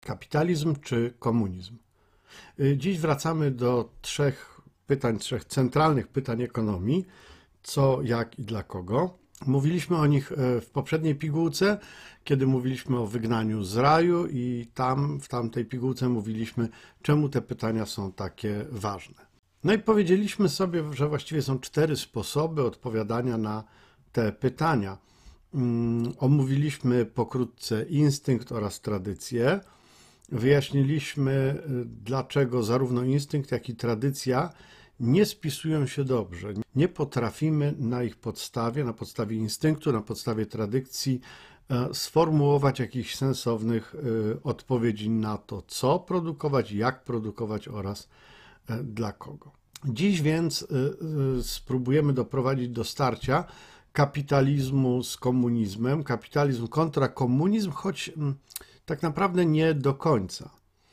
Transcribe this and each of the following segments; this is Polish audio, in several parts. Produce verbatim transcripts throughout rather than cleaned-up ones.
Kapitalizm czy komunizm? Dziś wracamy do trzech pytań, trzech centralnych pytań ekonomii. Co, jak i dla kogo. Mówiliśmy o nich w poprzedniej pigułce, kiedy mówiliśmy o wygnaniu z raju i tam, w tamtej pigułce mówiliśmy, czemu te pytania są takie ważne. No i powiedzieliśmy sobie, że właściwie są cztery sposoby odpowiadania na te pytania. Um, omówiliśmy pokrótce instynkt oraz tradycję. Wyjaśniliśmy, dlaczego zarówno instynkt, jak i tradycja nie spisują się dobrze. Nie potrafimy na ich podstawie, na podstawie instynktu, na podstawie tradycji sformułować jakichś sensownych odpowiedzi na to, co produkować, jak produkować oraz dla kogo. Dziś więc spróbujemy doprowadzić do starcia kapitalizmu z komunizmem, kapitalizm kontra komunizm, choć tak naprawdę nie do końca.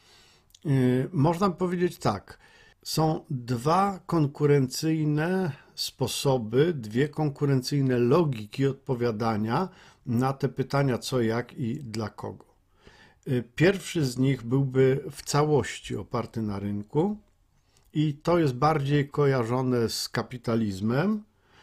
Można powiedzieć tak, są dwa konkurencyjne sposoby, dwie konkurencyjne logiki odpowiadania na te pytania co, jak i dla kogo. Pierwszy z nich byłby w całości oparty na rynku i to jest bardziej kojarzone z kapitalizmem.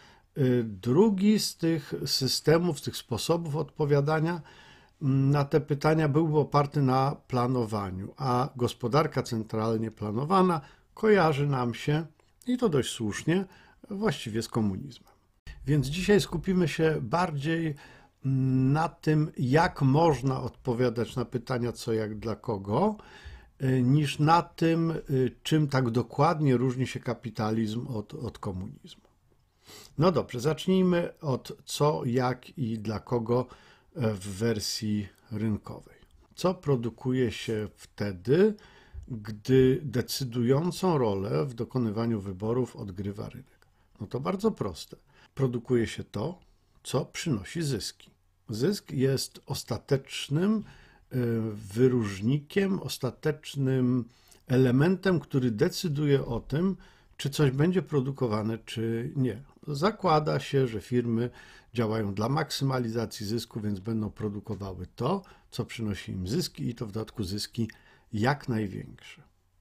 Drugi z tych systemów, z tych sposobów odpowiadania na te pytania byłby oparty na planowaniu, a gospodarka centralnie planowana kojarzy nam się, i to dość słusznie, właściwie z komunizmem. Więc dzisiaj skupimy się bardziej na tym, jak można odpowiadać na pytania co, jak, dla kogo, niż na tym, czym tak dokładnie różni się kapitalizm od, od komunizmu. No dobrze, zacznijmy od co, jak i dla kogo w wersji rynkowej. Co produkuje się wtedy, gdy decydującą rolę w dokonywaniu wyborów odgrywa rynek? No to bardzo proste. Produkuje się to, co przynosi zyski. Zysk jest ostatecznym wyróżnikiem, ostatecznym elementem, który decyduje o tym, czy coś będzie produkowane, czy nie. Zakłada się, że firmy działają dla maksymalizacji zysku, więc będą produkowały to, co przynosi im zyski i to w dodatku zyski jak największe.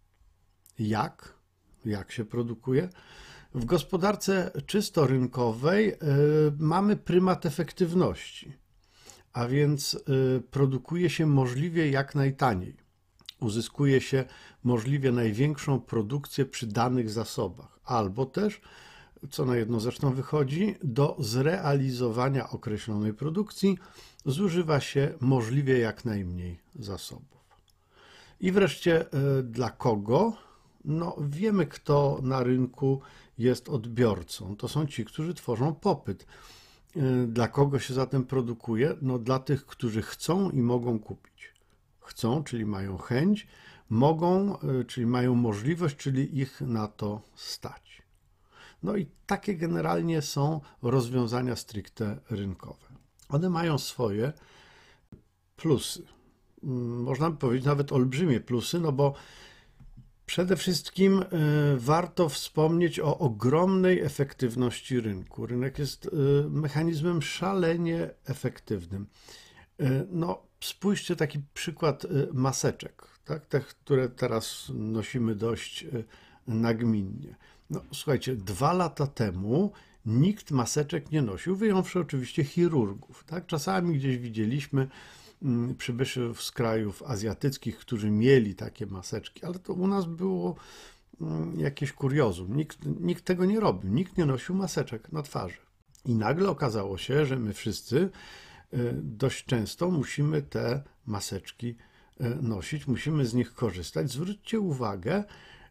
Jak? Jak się produkuje? W gospodarce czysto rynkowej y, mamy prymat efektywności, a więc y, produkuje się możliwie jak najtaniej. Uzyskuje się możliwie największą produkcję przy danych zasobach, albo też, co na jedno zresztą wychodzi, do zrealizowania określonej produkcji zużywa się możliwie jak najmniej zasobów. I wreszcie dla kogo? No, wiemy, kto na rynku jest odbiorcą. To są ci, którzy tworzą popyt. Dla kogo się zatem produkuje? No, dla tych, którzy chcą i mogą kupić. Chcą, czyli mają chęć, mogą, czyli mają możliwość, czyli ich na to stać. No i takie generalnie są rozwiązania stricte rynkowe. One mają swoje plusy. Można by powiedzieć nawet olbrzymie plusy, no bo przede wszystkim warto wspomnieć o ogromnej efektywności rynku. Rynek jest mechanizmem szalenie efektywnym. No, spójrzcie taki przykład maseczek, tak? Te, które teraz nosimy dość nagminnie. No, słuchajcie, dwa lata temu nikt maseczek nie nosił, wyjąwszy oczywiście chirurgów. Tak? Czasami gdzieś widzieliśmy przybyszów z krajów azjatyckich, którzy mieli takie maseczki, ale to u nas było jakieś kuriozum. Nikt, nikt tego nie robił, nikt nie nosił maseczek na twarzy. I nagle okazało się, że my wszyscy dość często musimy te maseczki nosić, musimy z nich korzystać. Zwróćcie uwagę,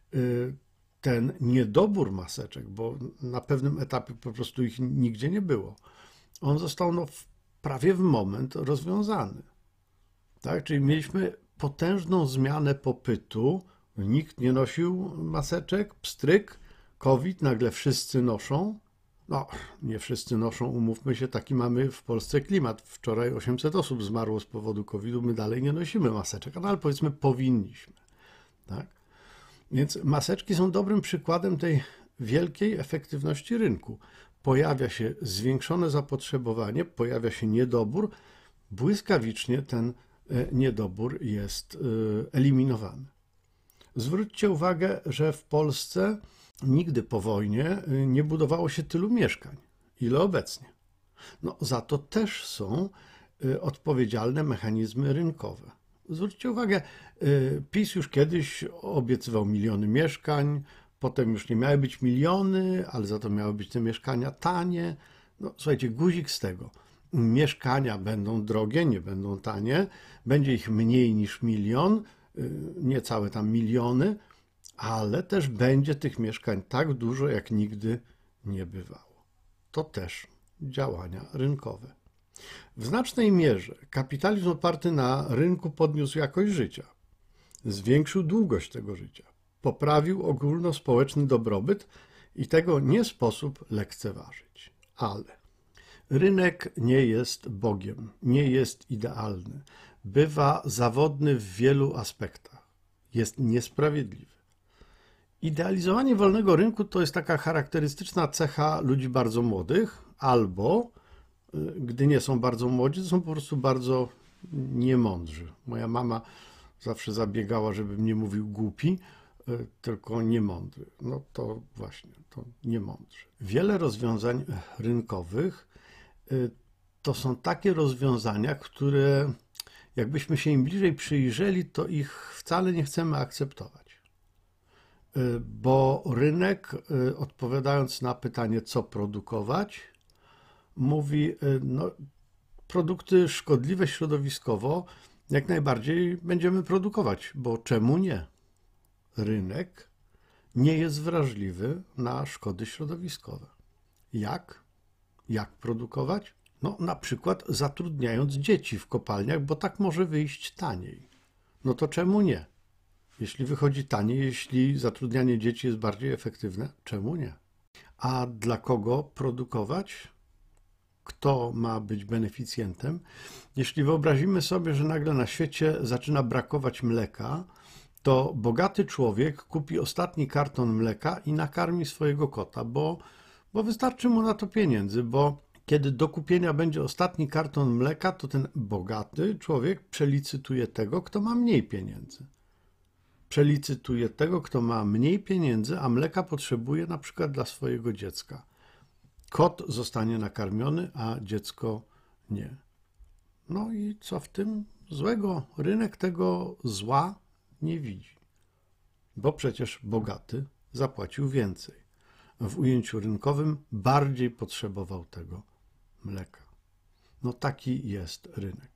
ten niedobór maseczek, bo na pewnym etapie po prostu ich nigdzie nie było, on został no, prawie w moment rozwiązany. Tak? Czyli mieliśmy potężną zmianę popytu, nikt nie nosił maseczek, pstryk, COVID, nagle wszyscy noszą. No, nie wszyscy noszą, umówmy się, taki mamy w Polsce klimat. Wczoraj osiemset osób zmarło z powodu kowida, my dalej nie nosimy maseczek, no, ale powiedzmy powinniśmy. Tak? Więc maseczki są dobrym przykładem tej wielkiej efektywności rynku. Pojawia się zwiększone zapotrzebowanie, pojawia się niedobór, błyskawicznie ten niedobór jest eliminowany. Zwróćcie uwagę, że w Polsce nigdy po wojnie nie budowało się tylu mieszkań, ile obecnie. No, za to też są odpowiedzialne mechanizmy rynkowe. Zwróćcie uwagę, PiS już kiedyś obiecywał miliony mieszkań, potem już nie miały być miliony, ale za to miały być te mieszkania tanie. No, słuchajcie, guzik z tego. Mieszkania będą drogie, nie będą tanie, będzie ich mniej niż milion, niecałe tam miliony, ale też będzie tych mieszkań tak dużo, jak nigdy nie bywało. To też działania rynkowe. W znacznej mierze kapitalizm oparty na rynku podniósł jakość życia, zwiększył długość tego życia, poprawił ogólnospołeczny dobrobyt i tego nie sposób lekceważyć. Ale rynek nie jest Bogiem, nie jest idealny, bywa zawodny w wielu aspektach, jest niesprawiedliwy. Idealizowanie wolnego rynku to jest taka charakterystyczna cecha ludzi bardzo młodych, albo gdy nie są bardzo młodzi, to są po prostu bardzo niemądrzy. Moja mama zawsze zabiegała, żebym nie mówił głupi, tylko niemądry. No to właśnie, to niemądrzy. Wiele rozwiązań rynkowych to są takie rozwiązania, które jakbyśmy się im bliżej przyjrzeli, to ich wcale nie chcemy akceptować. Bo rynek, odpowiadając na pytanie, co produkować, mówi, no, produkty szkodliwe środowiskowo jak najbardziej będziemy produkować, bo czemu nie? Rynek nie jest wrażliwy na szkody środowiskowe. Jak? Jak produkować? No, na przykład zatrudniając dzieci w kopalniach, bo tak może wyjść taniej. No to czemu nie? Jeśli wychodzi taniej, jeśli zatrudnianie dzieci jest bardziej efektywne, czemu nie? A dla kogo produkować? Kto ma być beneficjentem? Jeśli wyobrazimy sobie, że nagle na świecie zaczyna brakować mleka, to bogaty człowiek kupi ostatni karton mleka i nakarmi swojego kota, bo, bo wystarczy mu na to pieniędzy, bo kiedy do kupienia będzie ostatni karton mleka, to ten bogaty człowiek przelicytuje tego, kto ma mniej pieniędzy. Przelicytuje tego, kto ma mniej pieniędzy, a mleka potrzebuje na przykład dla swojego dziecka. Kot zostanie nakarmiony, a dziecko nie. No i co w tym złego? Rynek tego zła nie widzi, bo przecież bogaty zapłacił więcej. W ujęciu rynkowym bardziej potrzebował tego mleka. No taki jest rynek.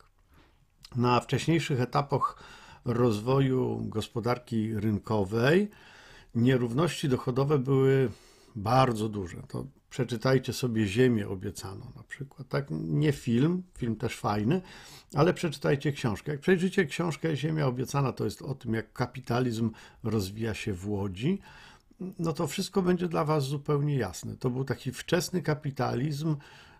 Na wcześniejszych etapach rozwoju gospodarki rynkowej nierówności dochodowe były bardzo duże. To przeczytajcie sobie Ziemię obiecaną na przykład. Tak? Nie film, film też fajny, ale przeczytajcie książkę. Jak przejrzycie książkę Ziemia obiecana, to jest o tym, jak kapitalizm rozwija się w Łodzi, no to wszystko będzie dla was zupełnie jasne. To był taki wczesny kapitalizm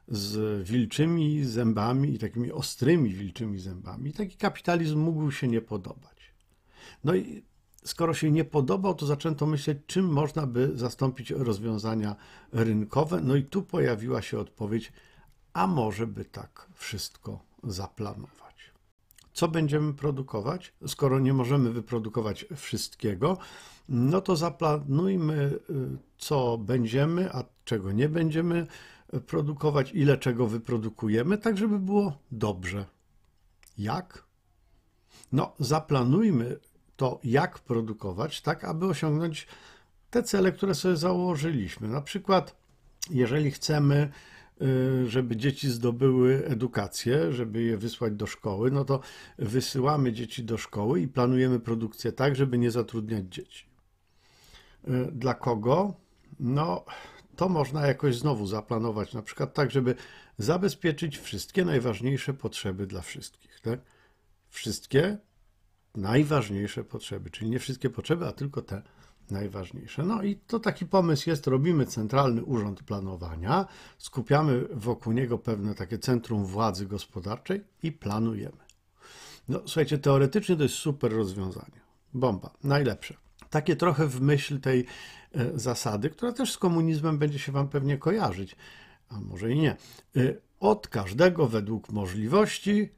z wilczymi zębami i takimi ostrymi wilczymi zębami. Taki kapitalizm mógł się nie podobać. No i skoro się nie podobał, to zaczęto myśleć, czym można by zastąpić rozwiązania rynkowe. No i tu pojawiła się odpowiedź, a może by tak wszystko zaplanować. Co będziemy produkować? Skoro nie możemy wyprodukować wszystkiego, no to zaplanujmy, co będziemy, a czego nie będziemy produkować, ile czego wyprodukujemy, tak żeby było dobrze. Jak? No, zaplanujmy to, jak produkować, tak aby osiągnąć te cele, które sobie założyliśmy. Na przykład, jeżeli chcemy, żeby dzieci zdobyły edukację, żeby je wysłać do szkoły, no to wysyłamy dzieci do szkoły i planujemy produkcję tak, żeby nie zatrudniać dzieci. Dla kogo? No, to można jakoś znowu zaplanować, na przykład tak, żeby zabezpieczyć wszystkie najważniejsze potrzeby dla wszystkich. Tak? Wszystkie najważniejsze potrzeby, czyli nie wszystkie potrzeby, a tylko te najważniejsze. No i to taki pomysł jest, robimy Centralny Urząd Planowania, skupiamy wokół niego pewne takie centrum władzy gospodarczej i planujemy. No słuchajcie, teoretycznie to jest super rozwiązanie. Bomba, najlepsze. Takie trochę w myśl tej e, zasady, która też z komunizmem będzie się wam pewnie kojarzyć, a może i nie. E, od każdego według możliwości,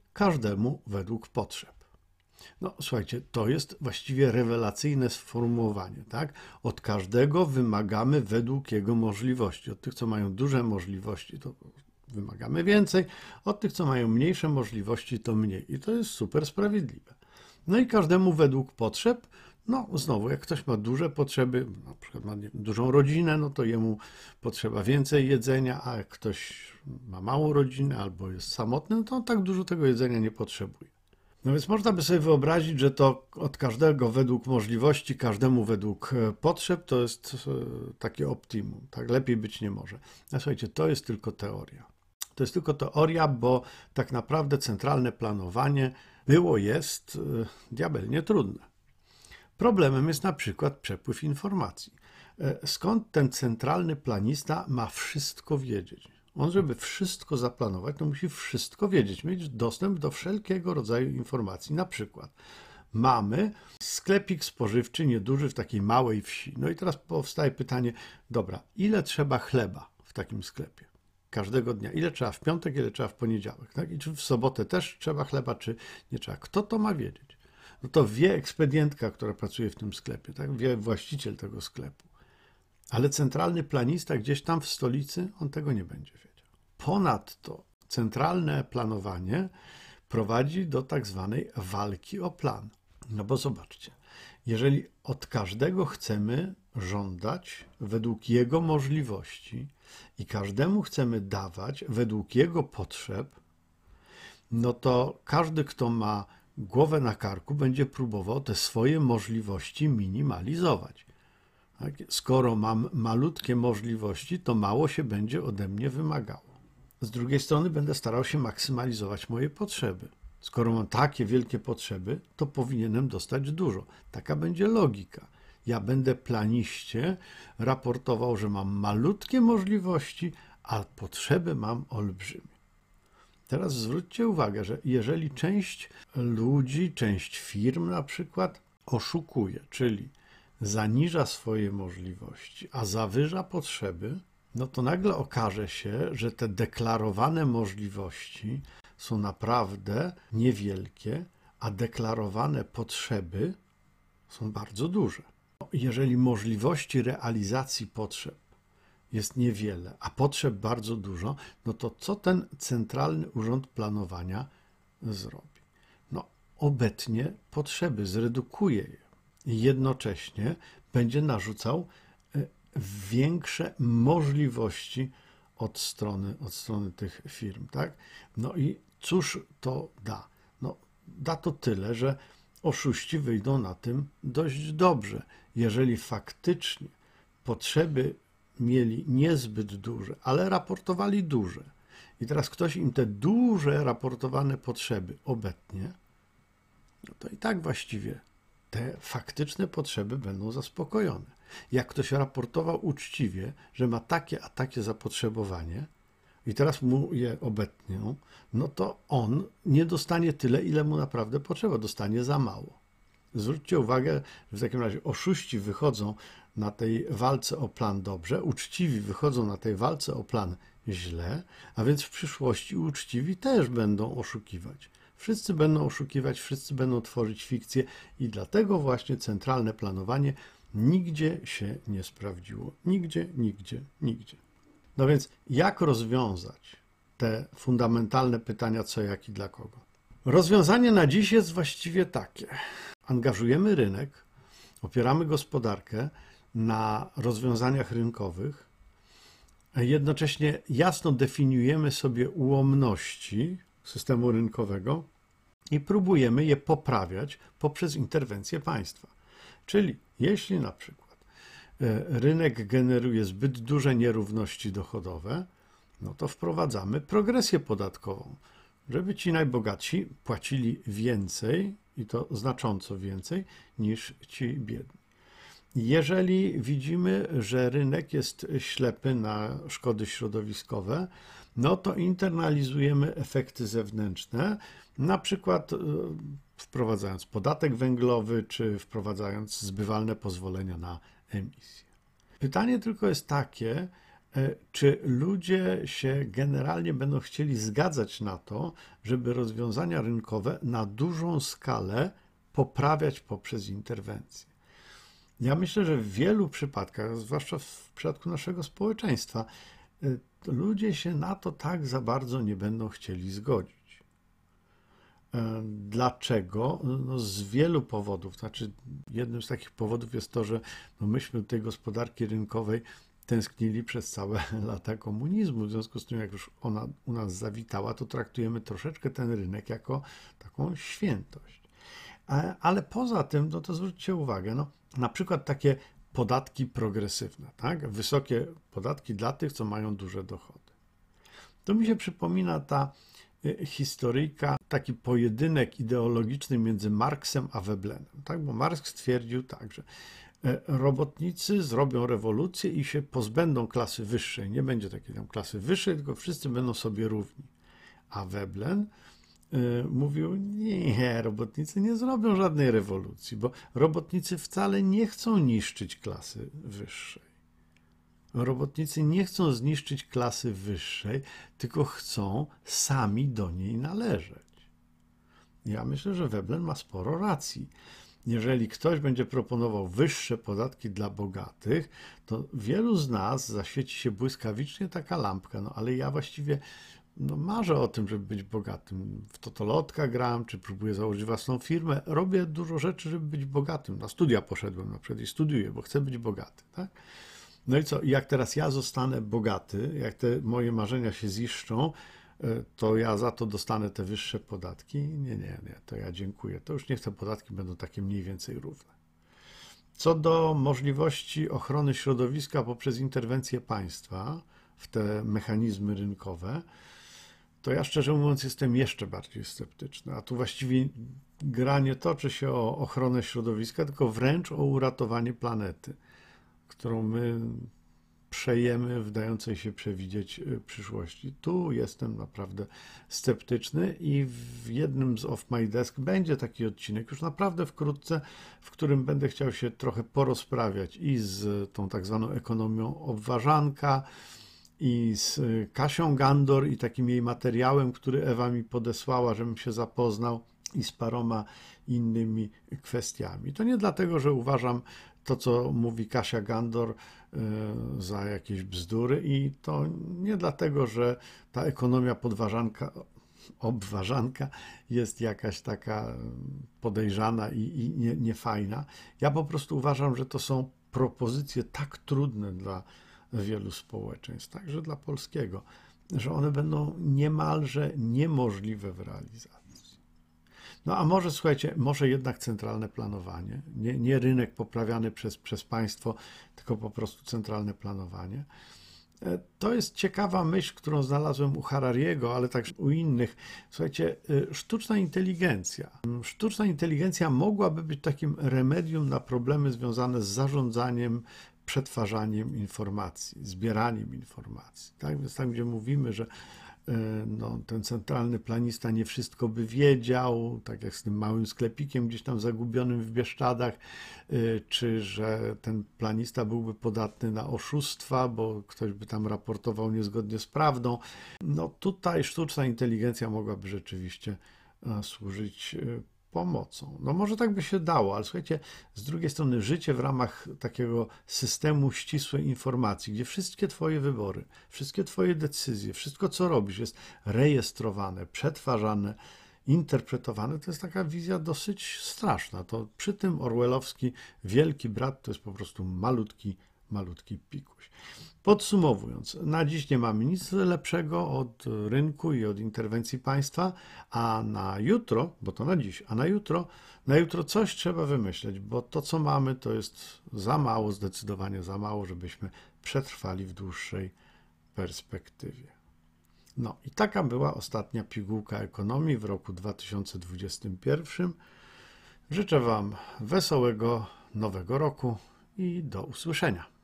każdemu według potrzeb. No słuchajcie, to jest właściwie rewelacyjne sformułowanie, tak? Od każdego wymagamy według jego możliwości. Od tych, co mają duże możliwości, to wymagamy więcej, od tych, co mają mniejsze możliwości, to mniej. I to jest super sprawiedliwe. No i każdemu według potrzeb, no znowu, jak ktoś ma duże potrzeby, na przykład ma dużą rodzinę, no to jemu potrzeba więcej jedzenia, a jak ktoś ma małą rodzinę albo jest samotny, no to on tak dużo tego jedzenia nie potrzebuje. No więc można by sobie wyobrazić, że to od każdego według możliwości, każdemu według potrzeb, to jest takie optimum. Tak lepiej być nie może. A słuchajcie, to jest tylko teoria. To jest tylko teoria, bo tak naprawdę centralne planowanie było, jest diabelnie trudne. Problemem jest na przykład przepływ informacji. Skąd ten centralny planista ma wszystko wiedzieć? On, żeby wszystko zaplanować, to musi wszystko wiedzieć, mieć dostęp do wszelkiego rodzaju informacji. Na przykład mamy sklepik spożywczy nieduży w takiej małej wsi. No i teraz powstaje pytanie, dobra, ile trzeba chleba w takim sklepie? Każdego dnia. Ile trzeba w piątek, ile trzeba w poniedziałek? Tak? I czy w sobotę też trzeba chleba, czy nie trzeba? Kto to ma wiedzieć? No to wie ekspedientka, która pracuje w tym sklepie, tak? Wie właściciel tego sklepu. Ale centralny planista gdzieś tam w stolicy, on tego nie będzie wiedział. Ponadto centralne planowanie prowadzi do tak zwanej walki o plan. No bo zobaczcie, jeżeli od każdego chcemy żądać według jego możliwości i każdemu chcemy dawać według jego potrzeb, no to każdy, kto ma głowę na karku, będzie próbował te swoje możliwości minimalizować. Tak? Skoro mam malutkie możliwości, to mało się będzie ode mnie wymagało. Z drugiej strony będę starał się maksymalizować moje potrzeby. Skoro mam takie wielkie potrzeby, to powinienem dostać dużo. Taka będzie logika. Ja będę planiście raportował, że mam malutkie możliwości, a potrzeby mam olbrzymie. Teraz zwróćcie uwagę, że jeżeli część ludzi, część firm na przykład oszukuje, czyli zaniża swoje możliwości, a zawyża potrzeby, no to nagle okaże się, że te deklarowane możliwości są naprawdę niewielkie, a deklarowane potrzeby są bardzo duże. Jeżeli możliwości realizacji potrzeb jest niewiele, a potrzeb bardzo dużo, no to co ten Centralny Urząd Planowania zrobi? No, obetnie potrzeby, zredukuje je i jednocześnie będzie narzucał większe możliwości od strony, od strony tych firm, tak? No i cóż to da? No, da to tyle, że oszuści wyjdą na tym dość dobrze. Jeżeli faktycznie potrzeby mieli niezbyt duże, ale raportowali duże i teraz ktoś im te duże raportowane potrzeby obetnie, no to i tak właściwie te faktyczne potrzeby będą zaspokojone. Jak ktoś raportował uczciwie, że ma takie a takie zapotrzebowanie i teraz mu je obetnią, no to on nie dostanie tyle, ile mu naprawdę potrzeba, dostanie za mało. Zwróćcie uwagę, że w takim razie oszuści wychodzą na tej walce o plan dobrze, uczciwi wychodzą na tej walce o plan źle, a więc w przyszłości uczciwi też będą oszukiwać. Wszyscy będą oszukiwać, wszyscy będą tworzyć fikcje i dlatego właśnie centralne planowanie nigdzie się nie sprawdziło. Nigdzie, nigdzie, nigdzie. No więc jak rozwiązać te fundamentalne pytania co, jak i dla kogo? Rozwiązanie na dziś jest właściwie takie. Angażujemy rynek, opieramy gospodarkę na rozwiązaniach rynkowych, jednocześnie jasno definiujemy sobie ułomności systemu rynkowego i próbujemy je poprawiać poprzez interwencję państwa. Czyli jeśli na przykład rynek generuje zbyt duże nierówności dochodowe, no to wprowadzamy progresję podatkową, żeby ci najbogatsi płacili więcej i to znacząco więcej niż ci biedni. Jeżeli widzimy, że rynek jest ślepy na szkody środowiskowe, no to internalizujemy efekty zewnętrzne, na przykład wprowadzając podatek węglowy, czy wprowadzając zbywalne pozwolenia na emisję. Pytanie tylko jest takie, E, Czy ludzie się generalnie będą chcieli zgadzać na to, żeby rozwiązania rynkowe na dużą skalę poprawiać poprzez interwencje? Ja myślę, że w wielu przypadkach, zwłaszcza w przypadku naszego społeczeństwa, y, ludzie się na to tak za bardzo nie będą chcieli zgodzić. E, Dlaczego? No z wielu powodów. Znaczy, jednym z takich powodów jest to, że no myśmy tej gospodarki rynkowej tęsknili przez całe lata komunizmu. W związku z tym, jak już ona u nas zawitała, to traktujemy troszeczkę ten rynek jako taką świętość. E, Ale poza tym, no to zwróćcie uwagę, no, na przykład takie podatki progresywne, tak? Wysokie podatki dla tych, co mają duże dochody. To mi się przypomina ta y, historyjka, taki pojedynek ideologiczny między Marksem a Veblenem, tak? Bo Marks stwierdził tak, że e, robotnicy zrobią rewolucję i się pozbędą klasy wyższej. Nie będzie takiej tam klasy wyższej, tylko wszyscy będą sobie równi. A Veblen y, mówił, nie, robotnicy nie zrobią żadnej rewolucji, bo robotnicy wcale nie chcą niszczyć klasy wyższej. Robotnicy nie chcą zniszczyć klasy wyższej, tylko chcą sami do niej należeć. Ja myślę, że Veblen ma sporo racji. Jeżeli ktoś będzie proponował wyższe podatki dla bogatych, to wielu z nas zaświeci się błyskawicznie taka lampka, no ale ja właściwie no, marzę o tym, żeby być bogatym. W totolotka gram, czy próbuję założyć własną firmę. Robię dużo rzeczy, żeby być bogatym. Na studia poszedłem na przykład i studiuję, bo chcę być bogaty, tak? No i co? Jak teraz ja zostanę bogaty, jak te moje marzenia się ziszczą, to ja za to dostanę te wyższe podatki? Nie, nie, nie, to ja dziękuję. To już niech te podatki będą takie mniej więcej równe. Co do możliwości ochrony środowiska poprzez interwencję państwa w te mechanizmy rynkowe, to ja szczerze mówiąc jestem jeszcze bardziej sceptyczny. A tu właściwie gra nie toczy się o ochronę środowiska, tylko wręcz o uratowanie planety, którą my przejemy w dającej się przewidzieć przyszłości. Tu jestem naprawdę sceptyczny i w jednym z Off My Desk będzie taki odcinek już naprawdę wkrótce, w którym będę chciał się trochę porozprawiać i z tą tak zwaną ekonomią obważanka, i z Kasią Gandor i takim jej materiałem, który Ewa mi podesłała, żebym się zapoznał, i z paroma innymi kwestiami. To nie dlatego, że uważam to, co mówi Kasia Gandor, za jakieś bzdury, i to nie dlatego, że ta ekonomia podważanka, obważanka jest jakaś taka podejrzana i, i nie, niefajna. Ja po prostu uważam, że to są propozycje tak trudne dla wielu społeczeństw, także dla polskiego, że one będą niemalże niemożliwe w realizacji. No a może, słuchajcie, może jednak centralne planowanie, nie, nie rynek poprawiany przez, przez państwo, tylko po prostu centralne planowanie. To jest ciekawa myśl, którą znalazłem u Harariego, ale także u innych. Słuchajcie, sztuczna inteligencja. Sztuczna inteligencja mogłaby być takim remedium na problemy związane z zarządzaniem, przetwarzaniem informacji, zbieraniem informacji. Tak? Więc tam, gdzie mówimy, że no, ten centralny planista nie wszystko by wiedział, tak jak z tym małym sklepikiem gdzieś tam zagubionym w Bieszczadach, czy że ten planista byłby podatny na oszustwa, bo ktoś by tam raportował niezgodnie z prawdą. No tutaj sztuczna inteligencja mogłaby rzeczywiście służyć pomocą. No może tak by się dało, ale słuchajcie, z drugiej strony życie w ramach takiego systemu ścisłej informacji, gdzie wszystkie twoje wybory, wszystkie twoje decyzje, wszystko co robisz jest rejestrowane, przetwarzane, interpretowane, to jest taka wizja dosyć straszna. To przy tym orwellowski wielki brat to jest po prostu malutki, malutki pikuś. Podsumowując, na dziś nie mamy nic lepszego od rynku i od interwencji państwa, a na jutro, bo to na dziś, a na jutro, na jutro coś trzeba wymyśleć, bo to, co mamy, to jest za mało, zdecydowanie za mało, żebyśmy przetrwali w dłuższej perspektywie. No i taka była ostatnia pigułka ekonomii w roku dwa tysiące dwudziestym pierwszym. Życzę Wam wesołego nowego roku i do usłyszenia.